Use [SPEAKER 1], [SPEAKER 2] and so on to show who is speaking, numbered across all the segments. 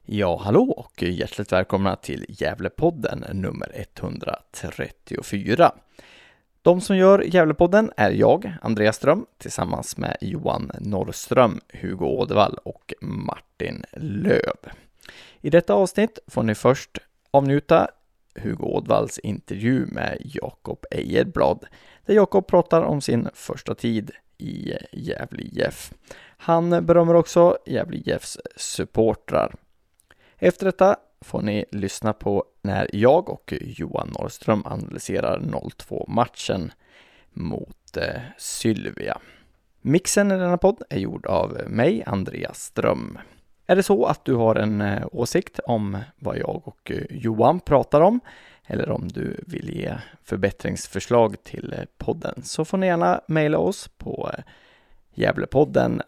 [SPEAKER 1] Ja, hallå och hjärtligt välkomna till Gävlepodden nummer 134. De som gör Gävlepodden är jag, Andreas Ström, tillsammans med Johan Norrström, Hugo Ådevall och Martin Löv. I detta avsnitt får ni först avnjuta Hugo Ådevalls intervju med Jakob Ejerblad, där Jakob pratar om sin första tid i Gävle IF. Han berömmer också Gävle IFs supportrar. Efter detta får ni lyssna på när jag och Johan Norrström analyserar 0-2-matchen mot Sylvia. Mixen i denna podd är gjord av mig, Andreas Ström. Är det så att du har en åsikt om vad jag och Johan pratar om, eller om du vill ge förbättringsförslag till podden, så får ni gärna mejla oss på Gävlepodden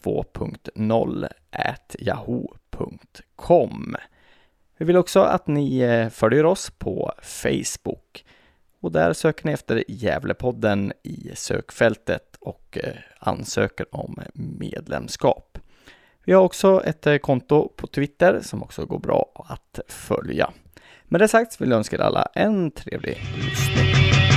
[SPEAKER 1] 2.0@yahoo.com. Vi vill också att ni följer oss på Facebook, och där söker ni efter Gävlepodden i sökfältet och ansöker om medlemskap. Vi har också ett konto på Twitter som också går bra att följa. Med det sagt vill jag önska er alla en trevlig lyssning.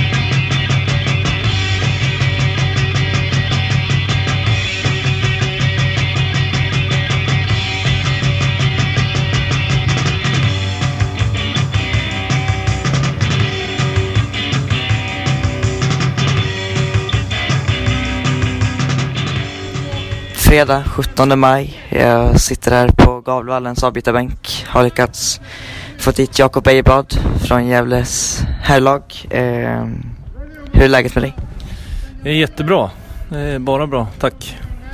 [SPEAKER 2] Fredag 17 maj. Jag sitter här på Gavlevallens avbytarbänk. Har lyckats få dit Jakob Ejerblad från Gävles herrlag. Hur är läget med dig?
[SPEAKER 3] Det är jättebra. Det är bara bra, tack.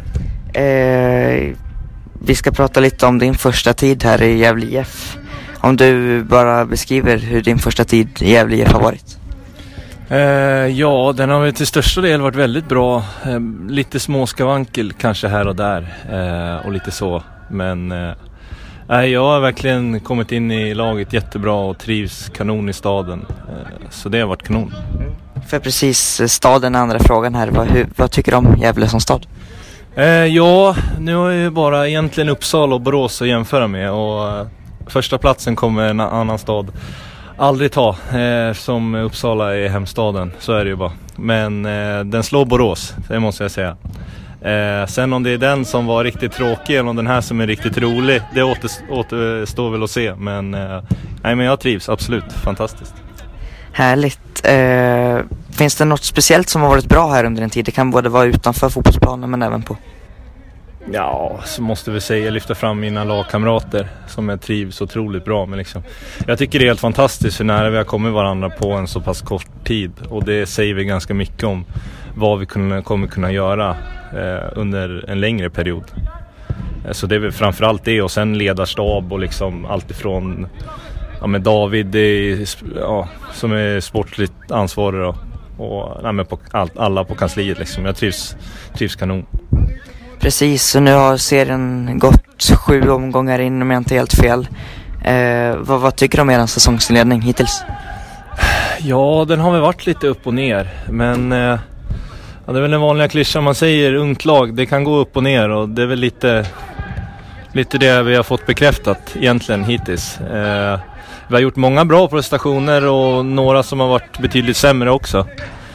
[SPEAKER 2] Vi ska prata lite om din första tid här i Gävle IF. Om du bara beskriver hur din första tid i Gävle IF har varit.
[SPEAKER 3] Ja, den har väl till största del varit väldigt bra. Lite småskavankel kanske här och där. Och lite så. Men jag har verkligen kommit in i laget jättebra och trivs kanon i staden. Så det har varit kanon.
[SPEAKER 2] För precis staden är andra frågan här. Vad tycker du om Gävle som stad?
[SPEAKER 3] Ja, nu har jag ju bara egentligen Uppsala och Borås att jämföra med. Och första platsen kommer en annan stad aldrig ta, som Uppsala är hemstaden, så är det ju bara. Men den slår Borås, det måste jag säga. Sen om det är den som var riktigt tråkig eller om den här som är riktigt rolig, det återstår väl att se. Men men jag trivs, absolut, fantastiskt.
[SPEAKER 2] Härligt. Finns det något speciellt som har varit bra här under en tid? Det kan både vara utanför fotbollsplanen men även på.
[SPEAKER 3] Ja, så måste vi säga lyfta fram mina lagkamrater som jag trivs otroligt bra med liksom. Jag tycker det är helt fantastiskt hur nära vi har kommit varandra på en så pass kort tid, och det säger vi ganska mycket om vad vi kommer kunna göra under en längre period. Så det är väl framförallt det, och sen ledarstab och liksom allt ifrån med David som är sportligt ansvarig och på alla på kansliet liksom. Jag trivs kanon.
[SPEAKER 2] Precis, så nu har serien gått 7 omgångar in om jag inte helt fel. Vad tycker du om er säsongsinledning hittills?
[SPEAKER 3] Ja, den har väl varit lite upp och ner. Men det är väl den vanliga klyschan man säger, ungt lag, det kan gå upp och ner. Och det är väl lite det vi har fått bekräftat egentligen hittills. Vi har gjort många bra prestationer och några som har varit betydligt sämre också.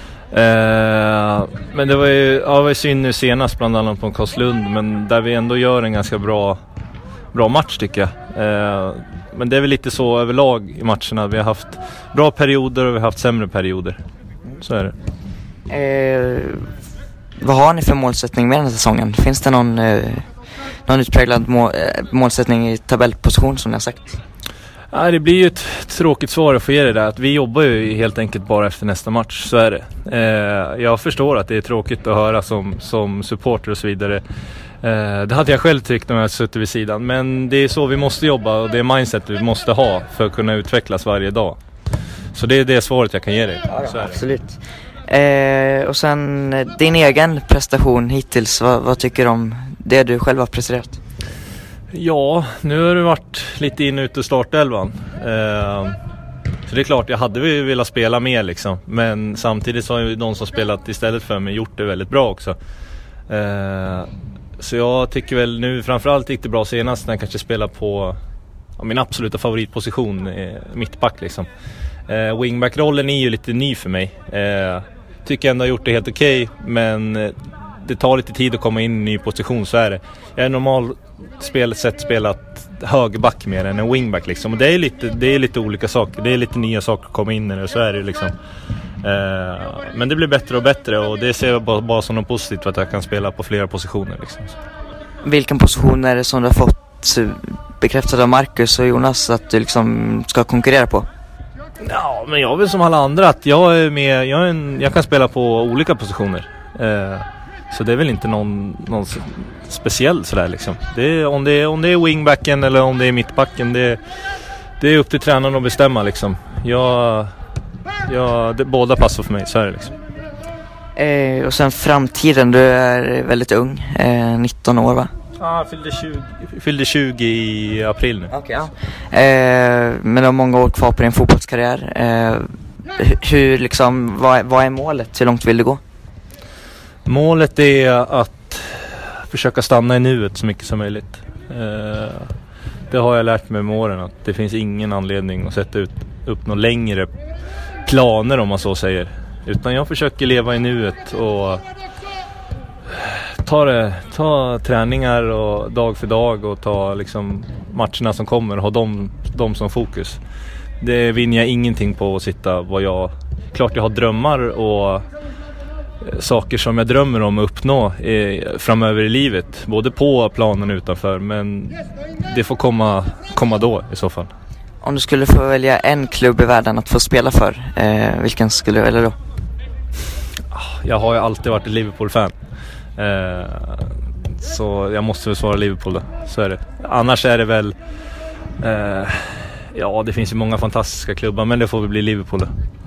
[SPEAKER 3] Men det var ju synd nu senast bland annat på Karlslund, men där vi ändå gör en ganska bra match tycker jag. Men det är väl lite så överlag i matcherna. Vi har haft bra perioder och vi har haft sämre perioder. Så är det.
[SPEAKER 2] Vad har ni för målsättning med den här säsongen? Finns det någon utpräglad målsättning i tabellposition som ni har sagt?
[SPEAKER 3] Ja, det blir ju ett tråkigt svar att få ge det där. Att vi jobbar ju helt enkelt bara efter nästa match, så är det. Jag förstår att det är tråkigt att höra som supporter och så vidare. Det hade jag själv tyckt när jag suttit vid sidan. Men det är så vi måste jobba, och det är mindset vi måste ha för att kunna utvecklas varje dag. Så det är det svaret jag kan ge dig.
[SPEAKER 2] Ja, absolut. Och sen din egen prestation hittills, vad tycker du om det du själv har presterat?
[SPEAKER 3] Ja, nu har det varit lite in och ut i startelvan. Så det är klart, jag hade ju velat spela mer liksom. Men samtidigt så har ju de som spelat istället för mig gjort det väldigt bra också. Så jag tycker väl nu framförallt gick det bra senast när jag kanske spelar på min absoluta favoritposition är mittback liksom. Wingback-rollen är ju lite ny för mig. Tycker ändå jag har gjort det helt okej, men det tar lite tid att komma in i en ny position, så är det. Jag är normalt spelat högerback mer än en wingback liksom. Och det är lite olika saker. Det är lite nya saker att komma in i det, så är det liksom. Men det blir bättre och bättre, och det ser jag bara som något positivt, att jag kan spela på flera positioner liksom.
[SPEAKER 2] Vilken position är det som du har fått bekräftat av Marcus och Jonas att du liksom ska konkurrera på?
[SPEAKER 3] Ja, men jag är väl som alla andra att jag är med, jag kan spela på olika positioner. Så det är väl inte någon speciell sådär liksom. Om det är wingbacken eller om det är mittbacken, det är upp till tränaren att bestämma liksom. Båda passar för mig, så är det liksom.
[SPEAKER 2] Och sen framtiden, du är väldigt ung, 19 år va?
[SPEAKER 3] Ja, fyllde 20 i april nu.
[SPEAKER 2] Okej, ja. Men du har många år kvar på din fotbollskarriär. Hur liksom, vad är målet? Hur långt vill du gå?
[SPEAKER 3] Målet är att försöka stanna i nuet så mycket som möjligt. Det har jag lärt mig med åren, att det finns ingen anledning att sätta upp några längre planer, om man så säger. Utan jag försöker leva i nuet och ta träningar och dag för dag, och ta liksom matcherna som kommer och ha dem som fokus. Det vinner jag ingenting på att sitta klart jag har drömmar och saker som jag drömmer om att uppnå framöver i livet, både på planen och utanför, men det får komma då i så fall.
[SPEAKER 2] Om du skulle få välja en klubb i världen att få spela för, vilken skulle du välja då?
[SPEAKER 3] Jag har ju alltid varit ett Liverpool-fan. Så jag måste väl svara Liverpool då. Så är det. Annars är det väl det finns ju många fantastiska klubbar, men det får väl bli Liverpool då.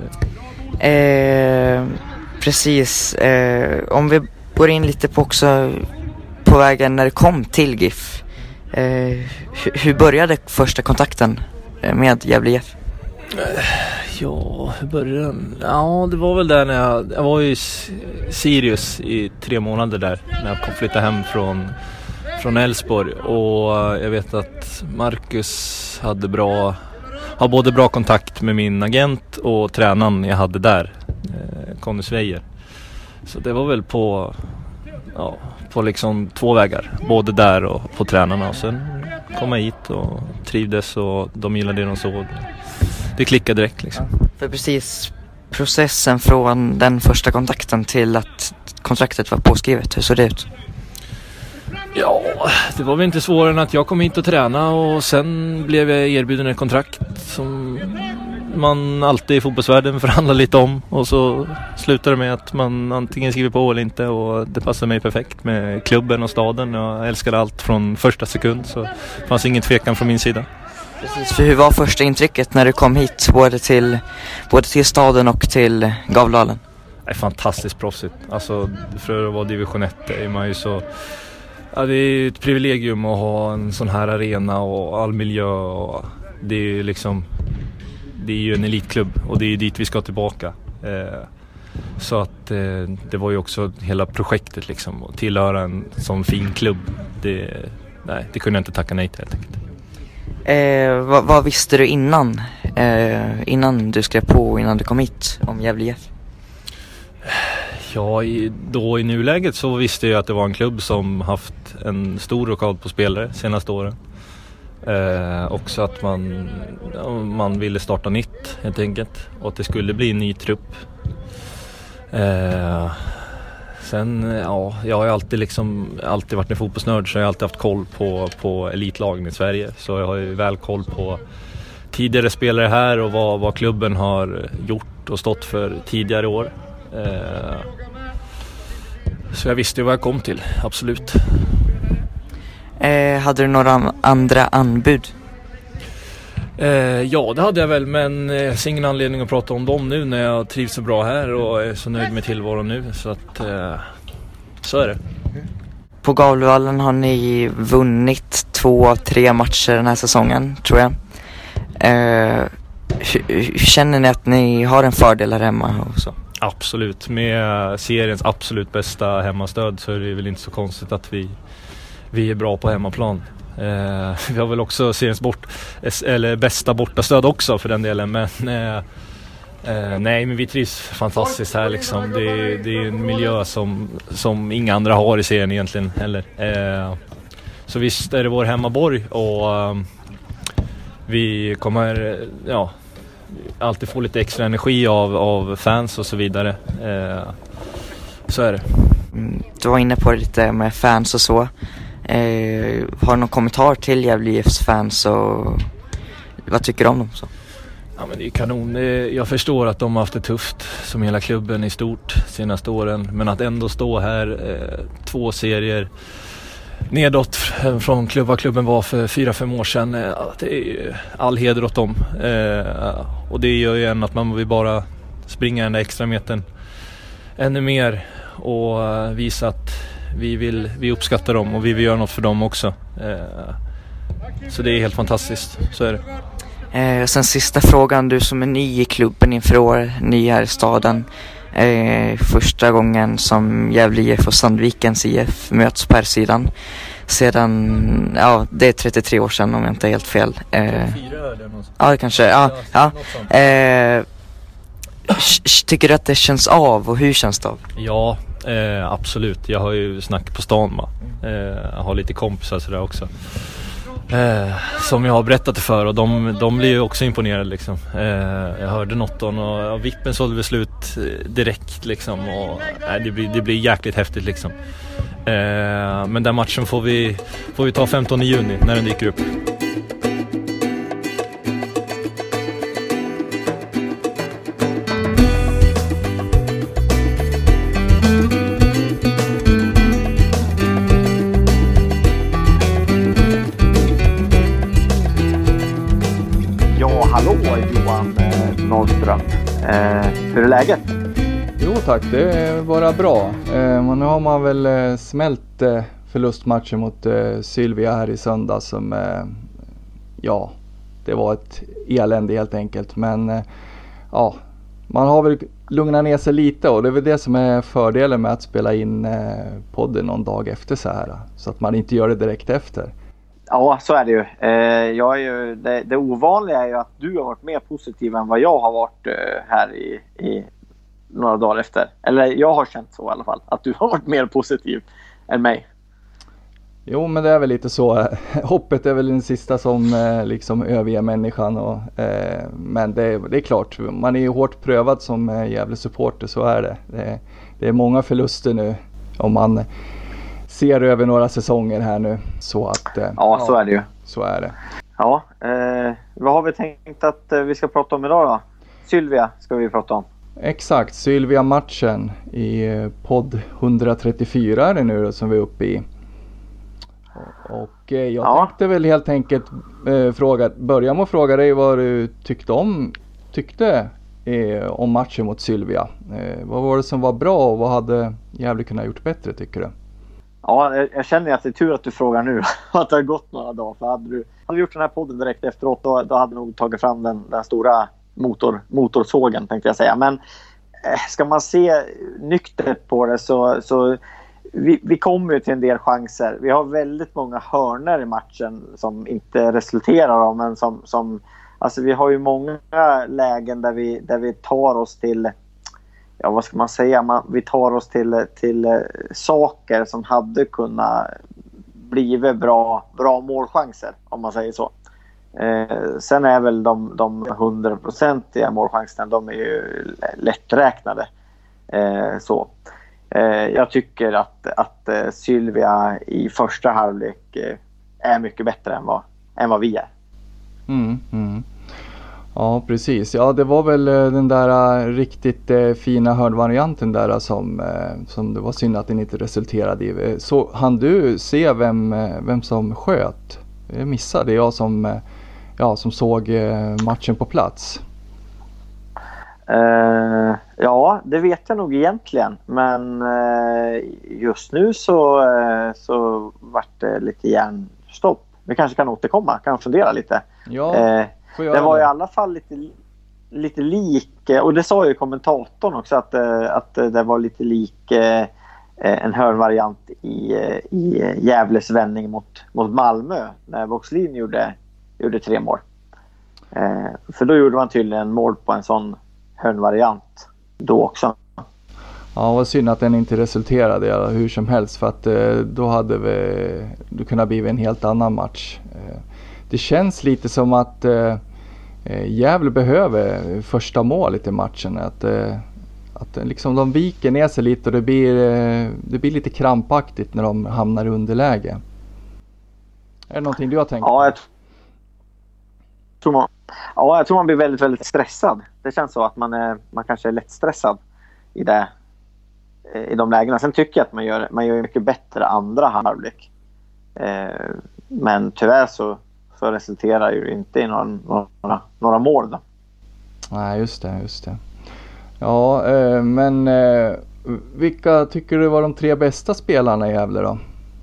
[SPEAKER 2] Precis. Om vi går in lite på vägen när det kom till GIF. Hur började första kontakten med Gävle IF?
[SPEAKER 3] Ja, hur började den? Ja, det var väl där när jag var i Sirius i 3 månader där, när jag flyttade hem från Älvsborg, och jag vet att Marcus har både bra kontakt med min agent och tränaren jag hade där, Conny Sveijer. Så det var väl på liksom 2 vägar, både där och på tränarna, och sen kom jag hit och trivdes, och de gillade det de såg. Det klickade direkt liksom.
[SPEAKER 2] För precis processen från den första kontakten till att kontraktet var påskrivet, hur såg det ut?
[SPEAKER 3] Ja, det var väl inte svårare än att jag kom hit och träna, och sen blev jag erbjuden ett kontrakt som man alltid i fotbollsvärlden förhandlar lite om, och så slutar det med att man antingen skriver på eller inte, och det passar mig perfekt med klubben och staden. Jag älskade allt från första sekund, så det fanns ingen tvekan från min sida.
[SPEAKER 2] Precis, för hur var första intrycket när du kom hit, både till staden och till Gavledalen?
[SPEAKER 3] Det är fantastiskt proffsigt. Alltså, för att vara division 1 är man ju så... Ja, det är ett privilegium att ha en sån här arena och all miljö, och det är liksom... Det är ju en elitklubb, och det är dit vi ska tillbaka. Så att det var ju också hela projektet liksom, att tillhöra en sån fin klubb. Det kunde jag inte tacka nej till helt enkelt.
[SPEAKER 2] Vad visste du innan du skrev på, innan du kom hit, om Gävle IF?
[SPEAKER 3] Ja, i nuläget så visste jag att det var en klubb som haft en stor rockad på spelare senaste åren. Också att man ville starta nytt helt enkelt, och att det skulle bli en ny trupp. Sen, jag har alltid varit en fotbollsnörd, så jag har alltid haft koll på elitlagen i Sverige. Så jag har ju väl koll på tidigare spelare här och vad klubben har gjort och stått för tidigare år. Så jag visste vad jag kom till, absolut.
[SPEAKER 2] Hade du några andra anbud?
[SPEAKER 3] Ja, det hade jag väl, men jag ser ingen anledning att prata om dem nu när jag trivs så bra här och är så nöjd med tillvaron nu. Så att, så är det.
[SPEAKER 2] På Gavlevallen har ni vunnit 2 av 3 matcher den här säsongen, tror jag. Hur känner ni att ni har en fördel här hemma och så?
[SPEAKER 3] Absolut, med seriens absolut bästa hemmastöd så är det väl inte så konstigt att vi är bra på hemmaplan. Vi har väl också seriens bästa bortastöd också för den delen, men nej, men vi trivs fantastiskt här liksom. Det är en miljö som inga andra har i serien egentligen heller. Så visst är det vår hemmaborg, och vi kommer alltid få lite extra energi av fans och så vidare. Så är det.
[SPEAKER 2] Du var inne på det lite med fans och så. Har du någon kommentar till Gävle IFs fans, och vad tycker du om dem så?
[SPEAKER 3] Ja, men det är kanon. Jag förstår att de har haft det tufft som hela klubben i stort senaste åren, men att ändå stå här 2 serier nedåt från vad klubben var för 4-5 år sedan, det är ju all heder åt dem. Och det gör ju att man vill bara springa den där extra metern ännu mer och visa att vi uppskattar dem och vi vill göra något för dem också. Så det är helt fantastiskt, så är det.
[SPEAKER 2] Sen sista frågan, du som är ny i klubben inför år, ny här i staden. Första gången som Gävle IF och Sandvikens IF möts på här sidan. Sedan, det är 33 år sedan om jag inte är helt fel. Ja, kanske. Tycker du att det känns av, och hur känns det av?
[SPEAKER 3] Ja, absolut. Jag har ju snack på stan, jag har lite kompisar sådär också. Som jag har berättat det för, och de blir ju också imponerade liksom. Jag hörde något och vippen sålde väl slut direkt liksom, och det blir jäkligt häftigt liksom. Men den matchen får vi ta 15 juni när den dyker upp.
[SPEAKER 1] Hallå Johan Norrström, hur är läget?
[SPEAKER 4] Jo tack, det är bara bra. Men nu har man väl smält förlustmatchen mot Sylvia här i söndag som, det var ett elände helt enkelt. Men man har väl lugnat ner sig lite, och det är väl det som är fördelen med att spela in podden någon dag efter så här. Så att man inte gör det direkt efter.
[SPEAKER 1] Ja, så är det ju. Det ovanliga är ju att du har varit mer positiv än vad jag har varit här i några dagar efter. Eller jag har känt så i alla fall, att du har varit mer positiv än mig.
[SPEAKER 4] Jo, men det är väl lite så. Hoppet är väl den sista som liksom överger människan. Men det är klart, man är ju hårt prövad som Gävle supporter, så är det. Det är många förluster nu om man ser över några säsonger här nu. Så att,
[SPEAKER 1] så är det ju.
[SPEAKER 4] Så är det.
[SPEAKER 1] Ja, vad har vi tänkt att vi ska prata om idag då? Sylvia ska vi prata om.
[SPEAKER 4] Exakt, Sylvia-matchen i podd 134 är det nu då, som vi är uppe i. Och jag tänkte väl helt enkelt börja med att fråga dig vad du tyckte om matchen mot Sylvia. Vad var det som var bra, och vad hade Gävle kunnat gjort bättre, tycker du?
[SPEAKER 1] Ja, jag känner att det är tur att du frågar nu, att det har gått några dagar. För hade du gjort den här podden direkt efteråt, då hade du nog tagit fram den stora motorsågen, tänkte jag säga. Men ska man se nyktert på det, så vi kommer ju till en del chanser. Vi har väldigt många hörnor i matchen som inte resulterar, men som alltså vi har ju många lägen där vi tar oss till, vad ska man säga, vi tar oss till saker som hade kunnat blivit bra målchanser, om man säger så. Sen är väl de 100% målchanserna, de är ju lätträknade. Så. Jag tycker att Sylvia i första halvlek är mycket bättre än vad vi är.
[SPEAKER 4] Ja, precis. Ja, det var väl den där riktigt fina hörnvarianten där som det var synd att den inte resulterade i. Så hann du se vem som sköt? Det missade jag som såg matchen på plats.
[SPEAKER 1] Ja, det vet jag nog egentligen. Men just nu så vart det lite hjärnstopp. Vi kanske kan återkomma, kan fundera lite.
[SPEAKER 4] Ja,
[SPEAKER 1] det var i alla fall lite lik, och det sa ju kommentatorn också, att det var lite lik
[SPEAKER 5] en hörnvariant i Gävles vändning mot Malmö när Voxlin gjorde 3 mål. För då gjorde man tydligen mål på en sån hörnvariant då också.
[SPEAKER 4] Ja, vad synd att den inte resulterade hur som helst, för att då hade det kunnat bli en helt annan match. Det känns lite som att Gävle behöver första målet i matchen. Att liksom de viker ner sig lite och det blir lite krampaktigt när de hamnar i underläge. Är det någonting du har tänkt på?
[SPEAKER 5] Jag tror man blir väldigt, väldigt stressad. Det känns så att man kanske är lätt stressad i de lägena. Sen tycker jag att man gör mycket bättre andra halvlek. Men tyvärr så resulterar ju inte i några mål då.
[SPEAKER 4] Nej, just det. Ja, men vilka tycker du var de 3 bästa spelarna i Gävle då?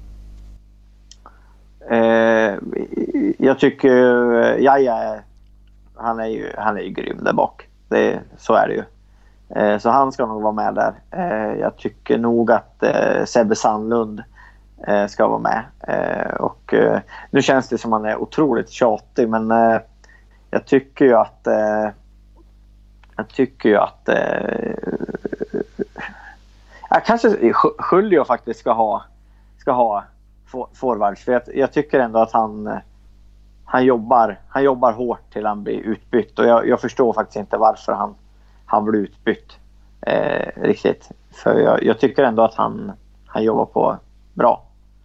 [SPEAKER 5] Jag tycker Jaja, han är ju grym där bak. Så är det ju. Så han ska nog vara med där. Jag tycker nog att Sebbe Sandlund ska vara med. Och nu känns det som att han är otroligt tjatig, men jag tycker ju att jag kanske Julio faktiskt ska ha forwards, för jag tycker ändå att han jobbar hårt till han blir utbytt, och jag förstår faktiskt inte varför han blir utbytt riktigt, för jag tycker ändå att han jobbar på bra.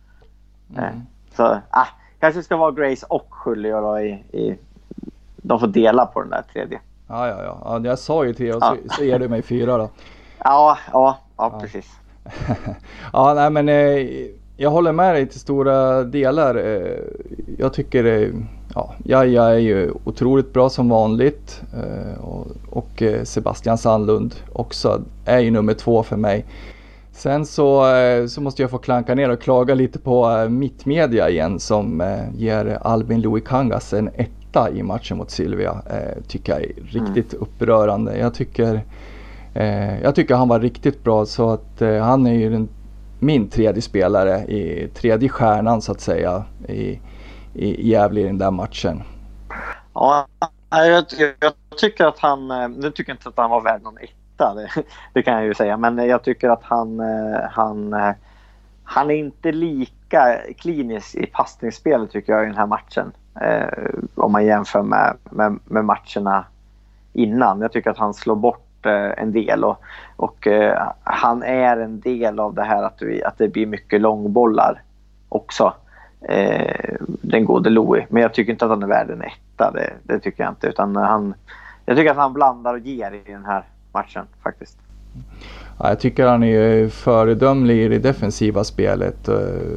[SPEAKER 5] Så kanske ska vara Grace och Julio då de får dela på den där tredje.
[SPEAKER 4] Ja, jag sa ju 3 och så ger du mig 4 då.
[SPEAKER 5] Ja, precis.
[SPEAKER 4] Ja, nej, men jag håller med dig till stora delar. Jag tycker jag är ju otroligt bra som vanligt, och Sebastian Sandlund också är ju nummer 2 för mig. Sen så måste jag få klanka ner och klaga lite på mittmedia igen, som ger Albin Louis Kangas en 1 i matchen mot Sylvia. Tycker jag är riktigt upprörande. Jag tycker han var riktigt bra, så att han är ju min 3:e spelare, i 3:e stjärnan så att säga i Gävle i den där matchen.
[SPEAKER 5] Ja, jag tycker att nu tycker jag inte att han var värd någon 1, det kan jag ju säga, men jag tycker att han är inte lika klinisk i passningsspelet tycker jag i den här matchen, om man jämför med matcherna innan. Jag tycker att han slår bort en del, och han är en del av det här att det blir mycket långbollar också, den gode Louis. Men jag tycker inte att han är värd en 1, det tycker jag inte, utan jag tycker att han blandar och ger i den här matchen faktiskt.
[SPEAKER 4] Ja, jag tycker han är föredömlig i det defensiva spelet,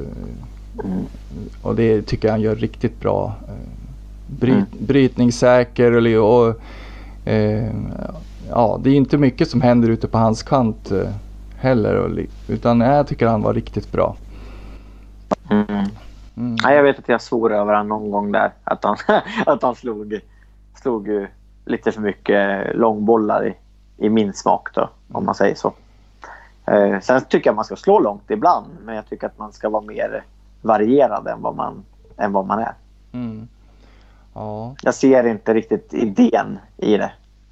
[SPEAKER 4] och det tycker jag han gör riktigt bra. Brytningssäker och det är inte mycket som händer ute på hans kant heller, utan jag tycker han var riktigt bra.
[SPEAKER 5] Ja, jag vet att jag svor över han någon gång där att han slog lite för mycket långbollar i min smak då, om man säger så. Sen tycker jag man ska slå långt ibland, men jag tycker att man ska vara mer varierad än vad man är.
[SPEAKER 4] Ja.
[SPEAKER 5] Jag ser inte riktigt idén i det.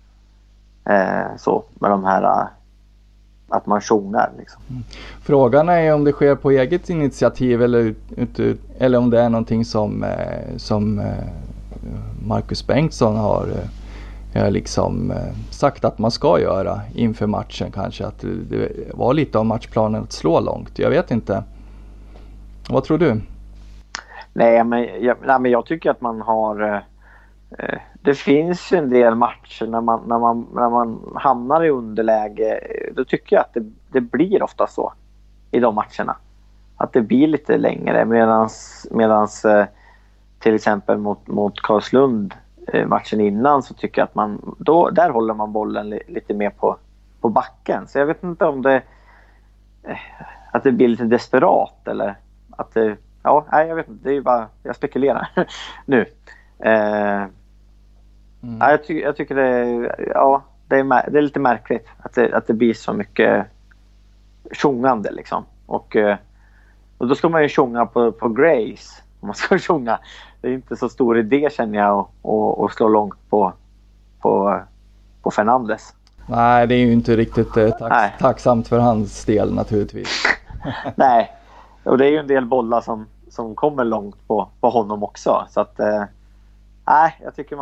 [SPEAKER 5] Så med de här att man sjunger liksom.
[SPEAKER 4] Frågan är om det sker på eget initiativ eller om det är någonting som Marcus Bengtsson har liksom sagt att man ska göra inför matchen, kanske att det var lite av matchplanen att slå långt. Jag vet inte. Vad tror du?
[SPEAKER 5] Nej, men jag tycker att man har det finns en del matcher när man hamnar i underläge, då tycker jag att det blir ofta så i de matcherna. Att det blir lite längre, medans till exempel mot Karlslund matchen innan, så tycker jag att där håller man bollen lite mer på backen. Så jag vet inte om att det blir lite desperat, eller att det, jag vet inte, det är bara, jag spekulerar nu. Jag tycker det är lite märkligt att det blir så mycket tjongande liksom. Och då ska man ju tjonga på Grace. Om man ska tjonga. Det är inte så stor idé känner jag att slå långt på Fernandes.
[SPEAKER 4] Nej, det är ju inte riktigt tacksamt för hans del naturligtvis.
[SPEAKER 5] Nej, och det är ju en del bollar som kommer långt på honom också. Så att, jag tycker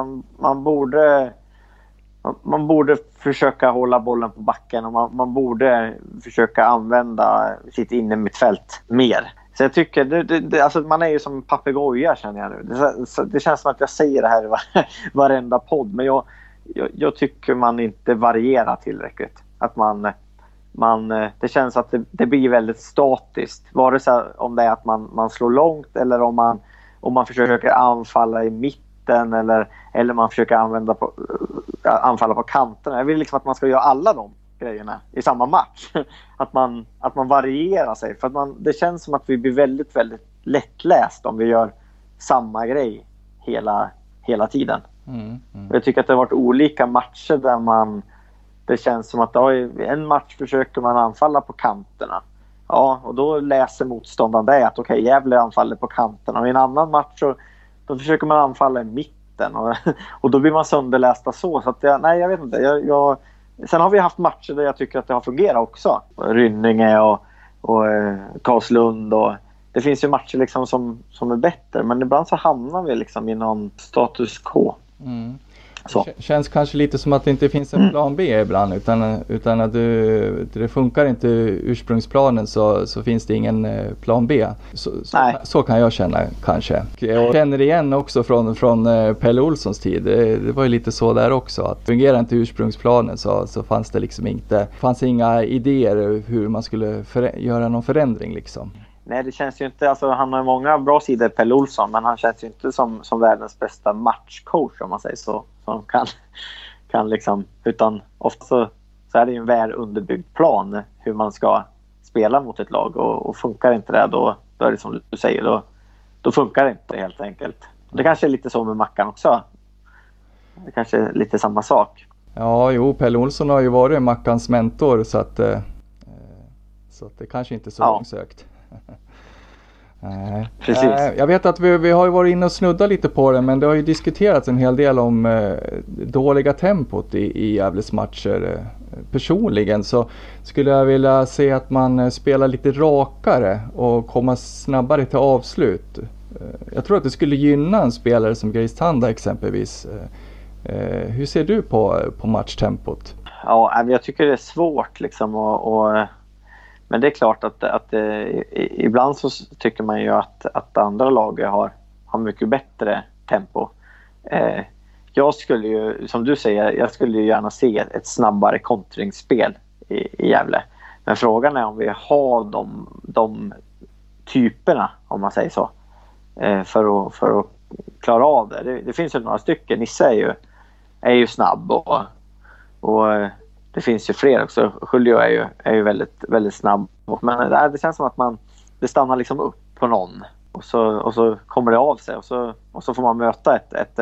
[SPEAKER 5] man borde försöka hålla bollen på backen och man borde försöka använda sitt innermittfält mer. Så jag tycker, alltså man är ju som papegoja känner jag nu. Det känns som att jag säger det här i varenda podd, men jag tycker man inte varierar tillräckligt. Att det känns att det blir väldigt statiskt. Vare sig om det är att man slår långt eller om man försöker anfalla i mitten eller man försöker anfalla på kanterna. Jag vill liksom att man ska göra alla de grejerna i samma match. Att man varierar sig. För att det känns som att vi blir väldigt, väldigt lättläst om vi gör samma grej hela tiden. Jag tycker att det har varit olika matcher där det känns som att en match försöker man anfalla på kanterna. Ja, och då läser motståndaren det att okej, Gävle anfaller på kanterna. Och i en annan match då försöker man anfalla i mitten. Och då blir man sönderlästa så att jag vet inte. Sen har vi haft matcher där jag tycker att det har fungerat också. Rynninge och Karlslund och det finns ju matcher liksom som är bättre, men ibland så hamnar vi liksom i någon status quo. Så.
[SPEAKER 4] Känns kanske lite som att det inte finns en plan B ibland utan att det funkar inte ursprungsplanen så finns det ingen plan B. Så kan jag känna kanske. Jag känner igen också från Pelle Olssons tid. Det var ju lite så där också. Att fungerar inte ursprungsplanen så fanns det liksom fanns inga idéer hur man skulle göra någon förändring liksom.
[SPEAKER 5] Nej, det känns ju inte, alltså han har många bra sidor, Pelle Olsson, men han känns ju inte som världens bästa matchcoach om man säger så. Som kan liksom, utan ofta så är det ju en väl underbyggd plan hur man ska spela mot ett lag och funkar inte det då är det som du säger, då funkar det inte helt enkelt. Det kanske är lite så med Mackan också. Det kanske är lite samma sak.
[SPEAKER 4] Ja, Pelle Olsson har ju varit Mackans mentor så att det kanske inte är så långsökt.
[SPEAKER 5] Precis.
[SPEAKER 4] Jag vet att vi har ju varit inne och snuddat lite på det, men det har ju diskuterats en hel del om dåliga tempot i Gävles matcher. Personligen så skulle jag vilja se att man spelar lite rakare och komma snabbare till avslut. Jag tror att det skulle gynna en spelare som Grace Tanda exempelvis. Hur ser du på matchtempot?
[SPEAKER 5] Ja, jag tycker det är svårt liksom men det är klart att ibland så tycker man ju att andra lag har mycket bättre tempo. Jag skulle ju, som du säger, jag skulle ju gärna se ett snabbare kontringsspel i Gävle. Men frågan är om vi har de typerna, om man säger så, för att klara av det. Det finns ju några stycken. Nisse är ju snabb och det finns ju fler också. Julio är ju väldigt, väldigt snabb. Men det känns som att det stannar liksom upp på någon. Och så kommer det av sig. Och så får man möta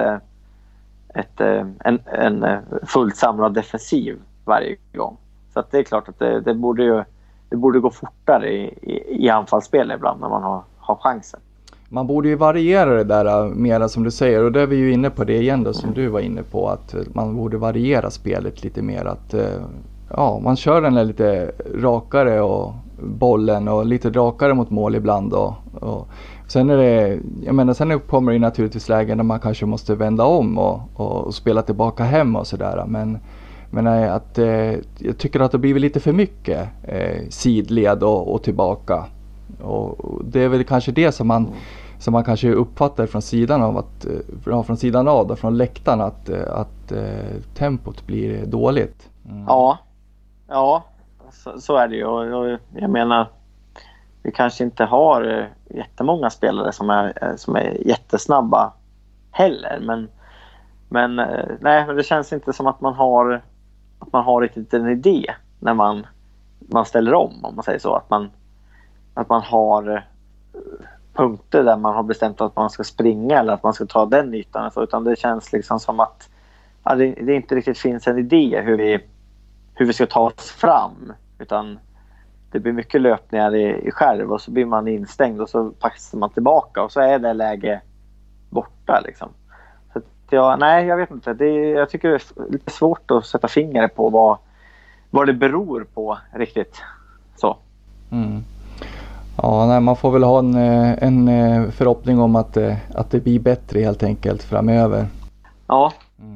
[SPEAKER 5] en fullt samlad defensiv varje gång. Så att det är klart att det borde gå fortare i anfallsspel ibland när man har chansen.
[SPEAKER 4] Man borde ju variera det där mera som du säger, och då är vi ju inne på det igen då som du var inne på, att man borde variera spelet lite mer, att man kör den där lite rakare och bollen och lite rakare mot mål ibland och sen är det, sen uppkommer det naturligtvis lägen där man kanske måste vända om och spela tillbaka hem och sådär, men att jag tycker att det blir lite för mycket sidled och tillbaka, och det är väl kanske det som man kanske uppfattar från sidan av och från läktaren att tempot blir dåligt.
[SPEAKER 5] Ja, så är det ju, och jag menar vi kanske inte har jättemånga spelare som är jättesnabba heller, men det känns inte som att man har riktigt en idé när man ställer om man säger så, att man har punkter där man har bestämt att man ska springa eller att man ska ta den ytan, utan det känns liksom som att det inte riktigt finns en idé hur vi ska ta oss fram, utan det blir mycket löpningar i själv och så blir man instängd och så passar man tillbaka och så är det läge borta liksom. Så att jag vet inte. Jag tycker det är lite svårt att sätta fingret på vad det beror på riktigt. Så.
[SPEAKER 4] Mm. Ja, nej, man får väl ha en förhoppning om att det blir bättre helt enkelt framöver.
[SPEAKER 5] Ja.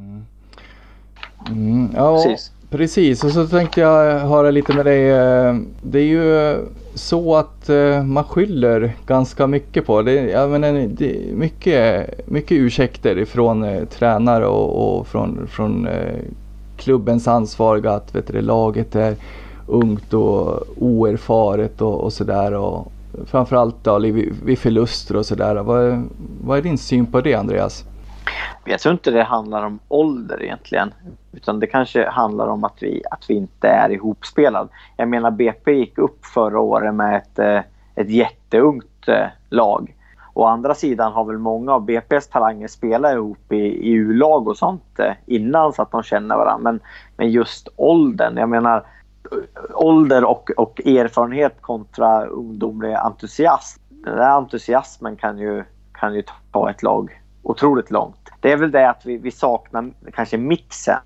[SPEAKER 4] Ja, precis. Och så tänkte jag höra lite med dig. Det är ju så att man skyller ganska mycket på det. Jag menar, det är mycket ursäkter ifrån tränare och från klubbens ansvariga att laget är ungt och oerfaret och sådär, och framförallt då vid förluster och sådär. Vad är din syn på det, Andreas?
[SPEAKER 5] Jag tror inte det handlar om ålder egentligen, utan det kanske handlar om att vi inte är ihopspelade. Jag menar, BP gick upp förra året med ett jätteungt lag. Å andra sidan har väl många av BPs talanger spelat ihop i U-lag och sånt innan, så att de känner varandra. Men just åldern, jag menar ålder och erfarenhet kontra ungdomlig entusiasm. Den där entusiasmen kan ju ta ett lag otroligt långt. Det är väl det att vi saknar kanske mixen.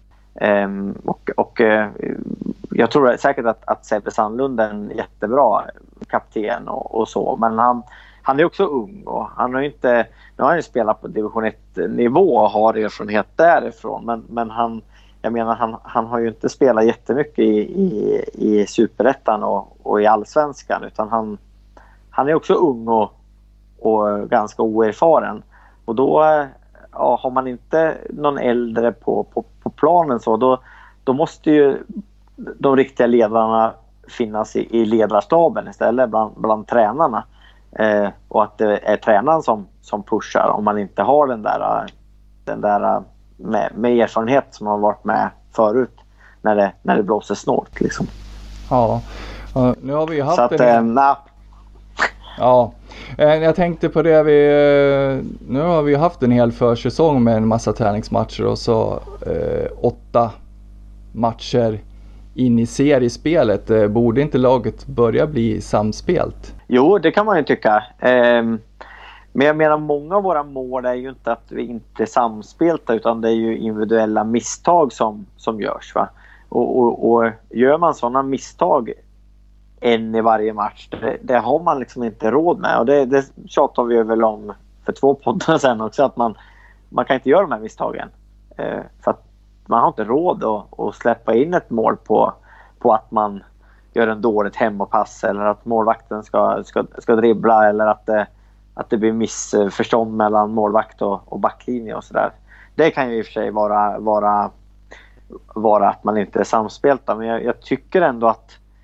[SPEAKER 5] Jag tror säkert att Sebbe Sandlund är en jättebra kapten och så. Men han är också ung och han har inte, nu har han ju spelat på division 1-nivå och har erfarenhet därifrån. Men han har ju inte spelat jättemycket i Superettan och i Allsvenskan, utan han är också ung och ganska oerfaren. Och då har man inte någon äldre på planen så, då måste ju de riktiga ledarna finnas i ledarstaben istället, bland tränarna. Och att det är tränaren som pushar, om man inte har den där med erfarenhet som har varit med förut när det blåser snålt liksom.
[SPEAKER 4] Ja, nu har vi ju haft
[SPEAKER 5] så att,
[SPEAKER 4] Ja, jag tänkte på det, nu har vi haft en hel försäsong med en massa träningsmatcher och så 8 matcher in i seriespelet. Borde inte laget börja bli samspelt?
[SPEAKER 5] Jo, det kan man ju tycka. Men jag menar, många av våra mål är ju inte att vi inte är samspelta, utan det är ju individuella misstag som görs, va? Och gör man sådana misstag en i varje match, det har man liksom inte råd med. Och det tjatar vi väl om för 2 poddar sen också, att man kan inte göra de här misstagen. För att man har inte råd att släppa in ett mål på att man gör en dåligt hemåpass, eller att målvakten ska dribbla, eller att det blir missförstånd mellan målvakt och backlinje och sådär. Det kan ju i och för sig vara att man inte är samspelta, men jag tycker ändå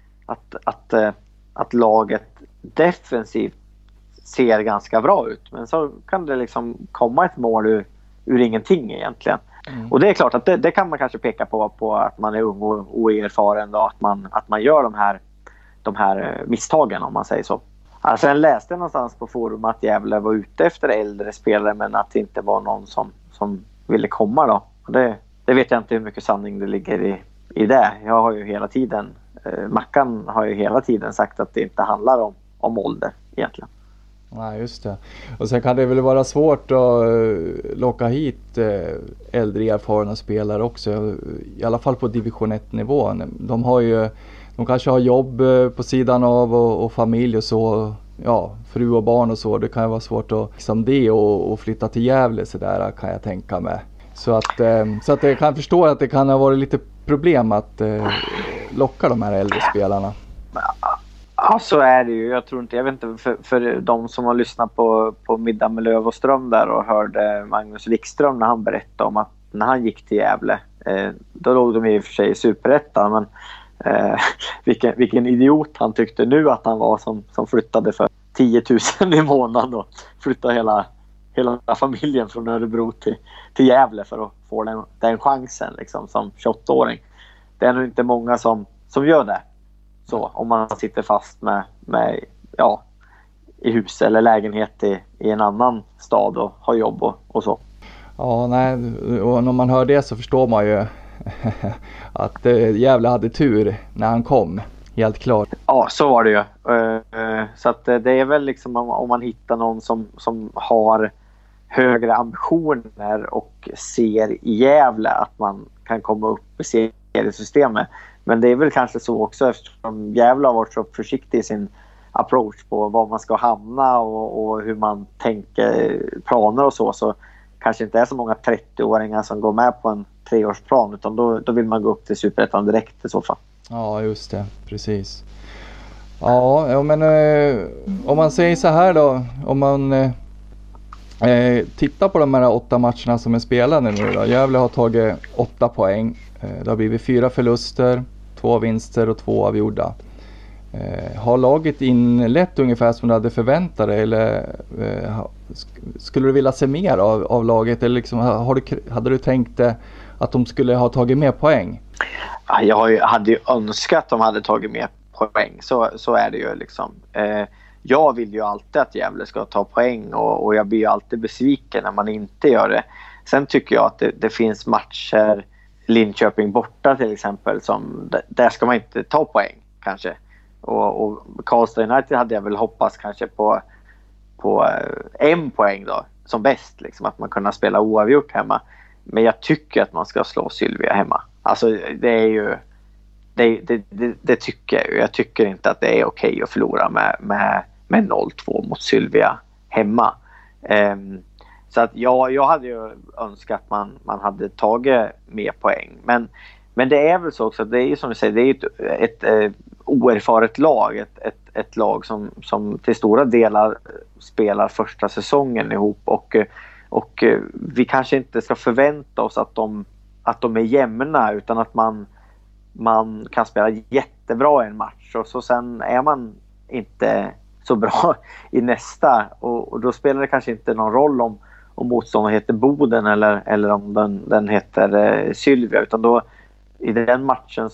[SPEAKER 5] att laget defensivt ser ganska bra ut, men så kan det liksom komma ett mål ur ingenting egentligen. Och det är klart att det kan man kanske peka på att man är ung och oerfaren då, att man gör de här misstagen, om man säger så. Alltså, jag läste någonstans på forum att Gävle var ute efter äldre spelare, men att det inte var någon som ville komma då. Och det vet jag inte hur mycket sanning det ligger i det. Jag har ju hela tiden Mackan har ju hela tiden sagt att det inte handlar om ålder egentligen.
[SPEAKER 4] Nej, just det. Och sen kan det väl vara svårt att locka hit äldre erfarna spelare också, i alla fall på division 1-nivån. De kanske har jobb på sidan av och familj och så, ja, fru och barn och så. Det kan ju vara svårt att liksom det och flytta till Gävle så där, kan jag tänka mig. Så att jag kan förstå att det kan ha varit lite problem att locka de här äldre spelarna.
[SPEAKER 5] Ja, så är det ju. Jag vet inte, för de som har lyssnat på Middag med Löv och Ström där och hörde Magnus Wikström när han berättade om att när han gick till Gävle, då låg de i och för sig i Superettan, men vilken idiot han tyckte nu att han var som flyttade för 10 000 i månaden och flyttade hela familjen från Örebro till Gävle för att få den chansen liksom, som 28-åring. Det är nog inte många som gör det. Så om man sitter fast med i hus eller lägenhet i en annan stad och har jobb och så.
[SPEAKER 4] Ja, nej, och när man hör det så förstår man ju att Gävle hade tur när han kom. helt klart.
[SPEAKER 5] Ja, så var det ju. Så att det är väl liksom om man hittar någon som har högre ambitioner och ser i Gävle att man kan komma upp i seriesystemet. Men det är väl kanske så också, eftersom Gävle har varit så försiktig i sin approach på var man ska hamna och hur man tänker planer och så kanske inte är så många 30-åringar som går med på en 3-årsplan, utan då vill man gå upp till Superettan direkt i så fall.
[SPEAKER 4] Ja, just det. Precis. Ja, men om man säger så här då, om man tittar på de här 8 matcherna som är spelade nu då. Gävle har tagit 8 poäng. Det har blivit 4 förluster, 2 vinster och 2 avgjorda. Har laget inlett ungefär som du hade förväntat dig, eller skulle du vilja se mer av laget, eller liksom, hade du tänkt att de skulle ha tagit mer poäng?
[SPEAKER 5] Ja, jag hade ju önskat att de hade tagit mer poäng, så är det ju liksom. Jag vill ju alltid att Gävle ska ta poäng och jag blir ju alltid besviken när man inte gör det. Sen tycker jag att det finns matcher, Linköping borta till exempel, som där ska man inte ta poäng kanske. Och Karlstad United hade jag väl hoppats kanske på 1 poäng då, som bäst liksom, att man kunna spela oavgjort hemma. Men jag tycker att man ska slå Sylvia hemma. Alltså det är ju det tycker jag ju. Jag tycker inte att det är okej att förlora med 0-2 mot Sylvia hemma. Så att jag hade ju önskat att man hade tagit mer poäng. Men det är väl så också, det är ju som du säger, det är ett oerfaret lag. Ett lag som till stora delar spelar första säsongen ihop. Och vi kanske inte ska förvänta oss att de är jämna, utan att man kan spela jättebra i en match. Och så sen är man inte så bra i nästa. Och då spelar det kanske inte någon roll om motståndaren heter Boden eller om den heter Sylvia. Utan då i den matchen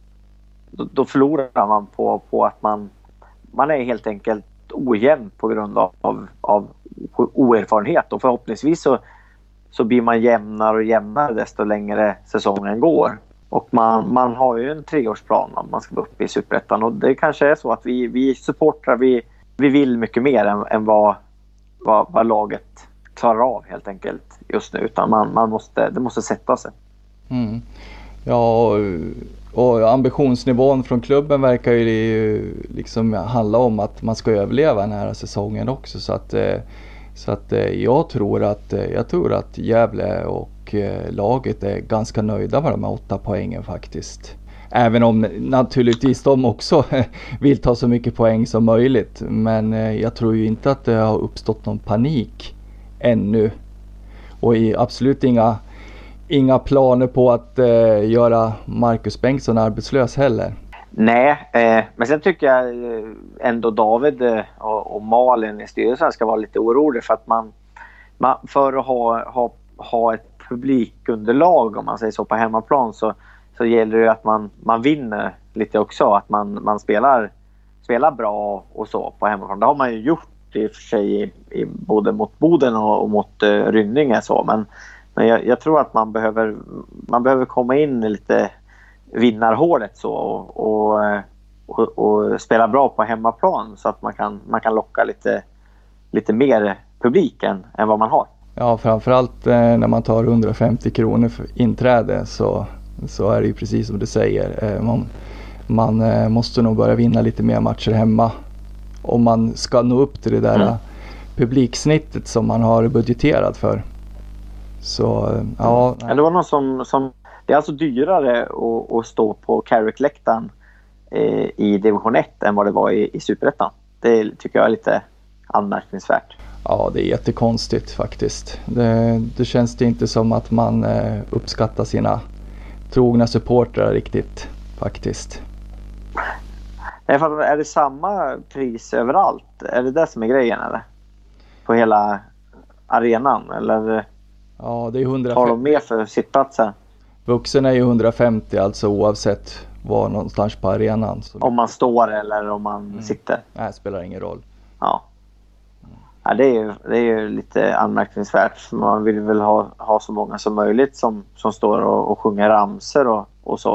[SPEAKER 5] då förlorar man på att man är helt enkelt ojämn på grund av oerfarenhet. Och förhoppningsvis så blir man jämnare och jämnare desto längre säsongen går. Och man har ju en 3-årsplan om man ska gå upp i Superettan. Och det kanske är så att vi supportrar, vi vill mycket mer än vad laget klarar av helt enkelt just nu. Utan det måste sätta sig.
[SPEAKER 4] Mm. Ja, och ambitionsnivån från klubben verkar ju liksom handla om att man ska överleva den här säsongen också. Så att jag tror att Gävle och laget är ganska nöjda med de här 8 poängen faktiskt. Även om naturligtvis de också vill ta så mycket poäng som möjligt. Men jag tror ju inte att det har uppstått någon panik ännu. Och absolut inga planer på att göra Marcus Bengtsson arbetslös heller.
[SPEAKER 5] Nej, men sen tycker jag ändå David och Malin i styrelsen ska vara lite orolig för att man för att ha ett publikunderlag, om man säger så, på hemmaplan så gäller det att man vinner lite också, att man spelar bra och så på hemmaplan. Det har man ju gjort i och för sig både mot Boden och mot Rynninge så, men jag tror att man behöver komma in i lite vinnarhålet så och spela bra på hemmaplan så att man kan locka lite mer publik än vad man har.
[SPEAKER 4] Ja, framförallt när man tar 150 kronor för inträde så är det ju precis som du säger. Man måste nog börja vinna lite mer matcher hemma om man ska nå upp till det där publiksnittet som man har budgeterat för. Så ja.
[SPEAKER 5] Det var någon som det är alltså dyrare att stå på Carrick-läktaren i division 1 än vad det var i Superettan. Det tycker jag är lite anmärkningsvärt.
[SPEAKER 4] Ja, det är jättekonstigt faktiskt. Det känns det inte som att man uppskattar sina trogna supportrar riktigt faktiskt.
[SPEAKER 5] Nej, för är det samma pris överallt? Är det det som är grejen eller? På hela arenan eller?
[SPEAKER 4] Ja, det är 150.
[SPEAKER 5] Tar de med för sittplatser?
[SPEAKER 4] Vuxen är ju 150 alltså oavsett var någonstans på arenan. Så
[SPEAKER 5] om man står eller om man sitter?
[SPEAKER 4] Nej, spelar ingen roll.
[SPEAKER 5] Ja. Ja, det är ju lite anmärkningsvärt. Man vill väl ha så många som möjligt som står och sjunger ramser och så.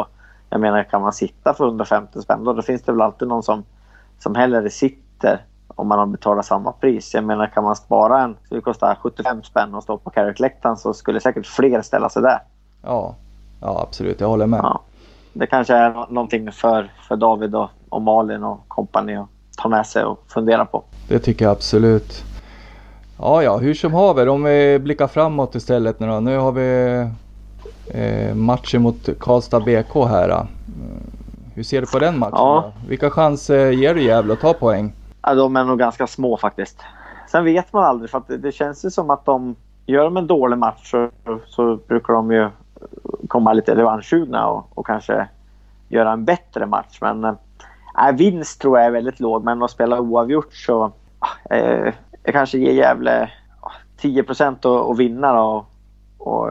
[SPEAKER 5] Jag menar, kan man sitta för 150 spänn då finns det väl alltid någon som hellre sitter om man har betalat samma pris. Jag menar, kan man spara så det kostar 75 spänn och stå på Carrick-läktaren, så skulle säkert fler ställa sig där.
[SPEAKER 4] Ja, absolut, jag håller med.
[SPEAKER 5] Ja. Det kanske är någonting för David och Malin och kompani att ta med sig och fundera på.
[SPEAKER 4] Det tycker jag absolut. Ja, hur som haver, om vi blickar framåt istället nu då. Nu har vi matchen mot Karlstad BK här. Hur ser du på den matchen då? Vilka chanser ger du Gävle att ta poäng?
[SPEAKER 5] Ja, de är nog ganska små faktiskt. Sen vet man aldrig, för att det känns ju som att gör de en dålig match så brukar de ju komma lite revanschsugna och kanske göra en bättre match. Men vinst tror jag är väldigt låg, men att spela oavgjort så jag kanske ger Gävle 10% att vinna då, och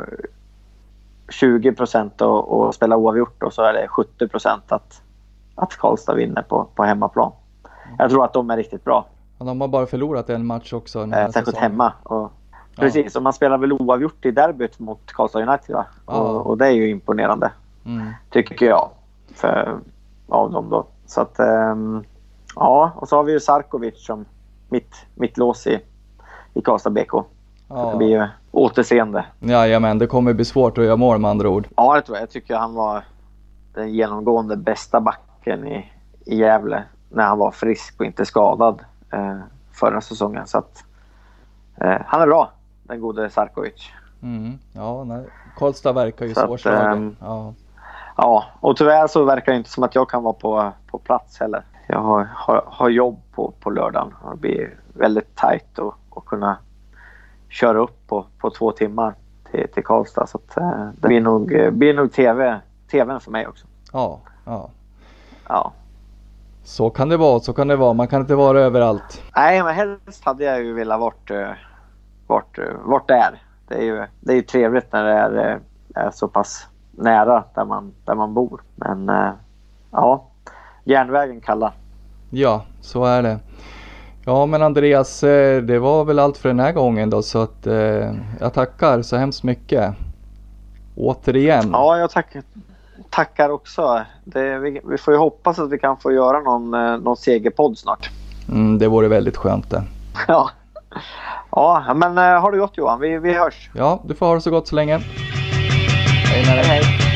[SPEAKER 5] 20% att spela oavgjort, och så är det 70% att Karlstad vinner på hemmaplan. Jag tror att de är riktigt bra.
[SPEAKER 4] Och de har bara förlorat en match också.
[SPEAKER 5] Särskilt hemma. Precis, och man spelar väl oavgjort i derbyt mot Karlstad United, va? Och det är ju imponerande. Tycker jag. Av dem då. Så att, och så har vi ju Sarkovic som mitt lås i Karlstad BK. Det blir ju återseende.
[SPEAKER 4] Jajamän, det kommer bli svårt att göra mål med andra ord.
[SPEAKER 5] Ja, det tror jag. Jag tycker han var den genomgående bästa backen i Gävle när han var frisk och inte skadad förra säsongen. Så att han är bra, den gode Sarkovic.
[SPEAKER 4] Karlstad verkar ju svårslagen.
[SPEAKER 5] Ja, och tyvärr så verkar det inte som att jag kan vara på plats heller. Jag har jobb på lördagen. Det blir väldigt tajt att kunna köra upp på 2 timmar till Karlstad. Så att, det blir nog tvn för mig också. Ja.
[SPEAKER 4] Så kan det vara. Man kan inte vara överallt.
[SPEAKER 5] Nej, men helst hade jag ju velat vart där. Det är ju trevligt när det är så pass nära där man bor. Men järnvägen kallar.
[SPEAKER 4] Ja, så är det. Ja, men Andreas, det var väl allt för den här gången då, så att jag tackar så hemskt mycket. Återigen.
[SPEAKER 5] Ja, jag tackar också. Vi får ju hoppas att vi kan få göra någon segerpodd snart.
[SPEAKER 4] Det vore väldigt skönt det.
[SPEAKER 5] Ja, men har det gott Johan. Vi hörs.
[SPEAKER 4] Ja, du får ha det så gott så länge.
[SPEAKER 5] Hej.